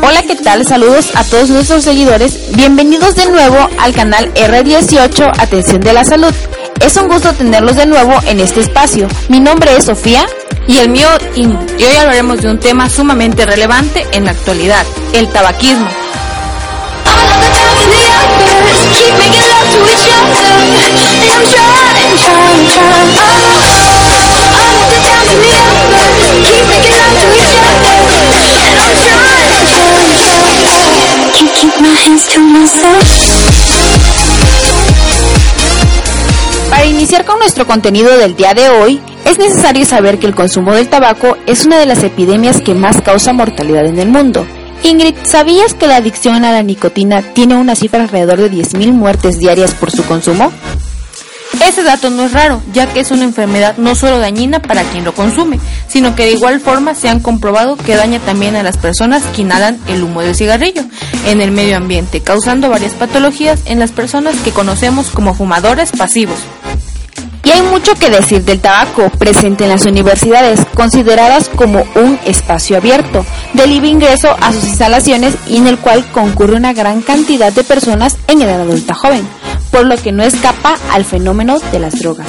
Hola, ¿qué tal? Saludos a todos nuestros seguidores. Bienvenidos de nuevo al canal R18, Atención de la Salud. Es un gusto tenerlos de nuevo en este espacio. Mi nombre es Sofía. Y el mío, Ingrid. Y hoy hablaremos de un tema sumamente relevante en la actualidad, el tabaquismo. Para iniciar con nuestro contenido del día de hoy, es necesario saber que el consumo del tabaco es una de las epidemias que más causa mortalidad en el mundo. Ingrid, ¿sabías que la adicción a la nicotina tiene una cifra alrededor de 10.000 muertes diarias por su consumo? Ese dato no es raro, ya que es una enfermedad no solo dañina para quien lo consume, sino que de igual forma se han comprobado que daña también a las personas que inhalan el humo del cigarrillo en el medio ambiente, causando varias patologías en las personas que conocemos como fumadores pasivos. Y hay mucho que decir del tabaco presente en las universidades, consideradas como un espacio abierto de libre ingreso a sus instalaciones y en el cual concurre una gran cantidad de personas en edad adulta joven, por lo que no escapa al fenómeno de las drogas.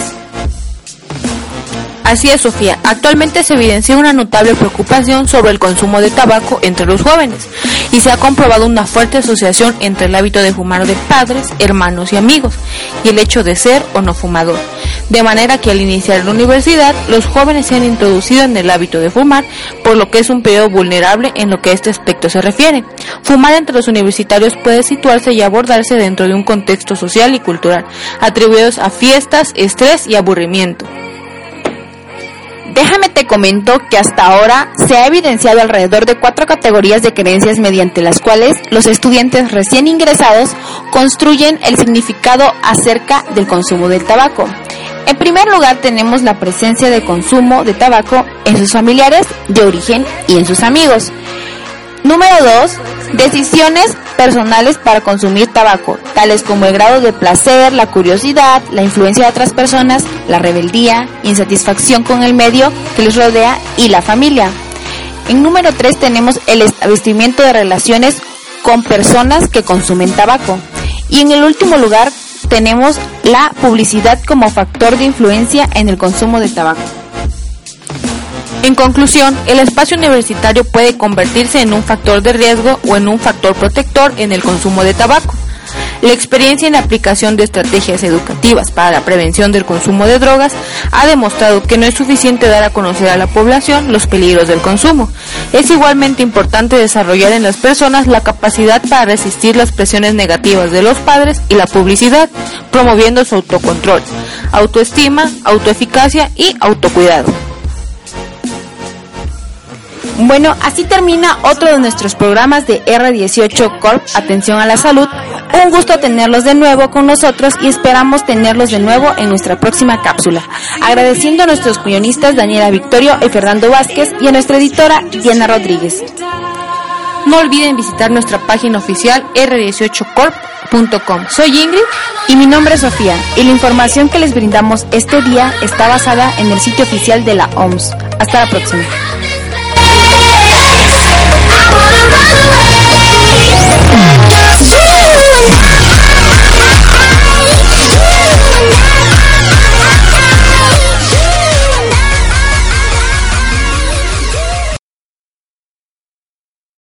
Así es, Sofía. Actualmente se evidencia una notable preocupación sobre el consumo de tabaco entre los jóvenes y se ha comprobado una fuerte asociación entre el hábito de fumar de padres, hermanos y amigos y el hecho de ser o no fumador. De manera que al iniciar la universidad, los jóvenes se han introducido en el hábito de fumar, por lo que es un periodo vulnerable en lo que a este aspecto se refiere. Fumar entre los universitarios puede situarse y abordarse dentro de un contexto social y cultural, atribuidos a fiestas, estrés y aburrimiento. Déjame te comento que hasta ahora se ha evidenciado alrededor de 4 categorías de creencias mediante las cuales los estudiantes recién ingresados construyen el significado acerca del consumo del tabaco. En primer lugar tenemos la presencia de consumo de tabaco en sus familiares de origen y en sus amigos. Número 2, decisiones personales para consumir tabaco, tales como el grado de placer, la curiosidad, la influencia de otras personas, la rebeldía, insatisfacción con el medio que les rodea y la familia. En número 3 tenemos el establecimiento de relaciones con personas que consumen tabaco. Y en el último lugar tenemos la publicidad como factor de influencia en el consumo de tabaco. En conclusión, el espacio universitario puede convertirse en un factor de riesgo o en un factor protector en el consumo de tabaco. La experiencia en la aplicación de estrategias educativas para la prevención del consumo de drogas ha demostrado que no es suficiente dar a conocer a la población los peligros del consumo. Es igualmente importante desarrollar en las personas la capacidad para resistir las presiones negativas de los padres y la publicidad, promoviendo su autocontrol, autoestima, autoeficacia y autocuidado. Bueno, así termina otro de nuestros programas de R18 Corp, Atención a la Salud. Un gusto tenerlos de nuevo con nosotros y esperamos tenerlos de nuevo en nuestra próxima cápsula. Agradeciendo a nuestros guionistas Daniela Victorio y Fernando Vázquez y a nuestra editora Diana Rodríguez. No olviden visitar nuestra página oficial r18corp.com. Soy Ingrid y mi nombre es Sofía y la información que les brindamos este día está basada en el sitio oficial de la OMS. Hasta la próxima.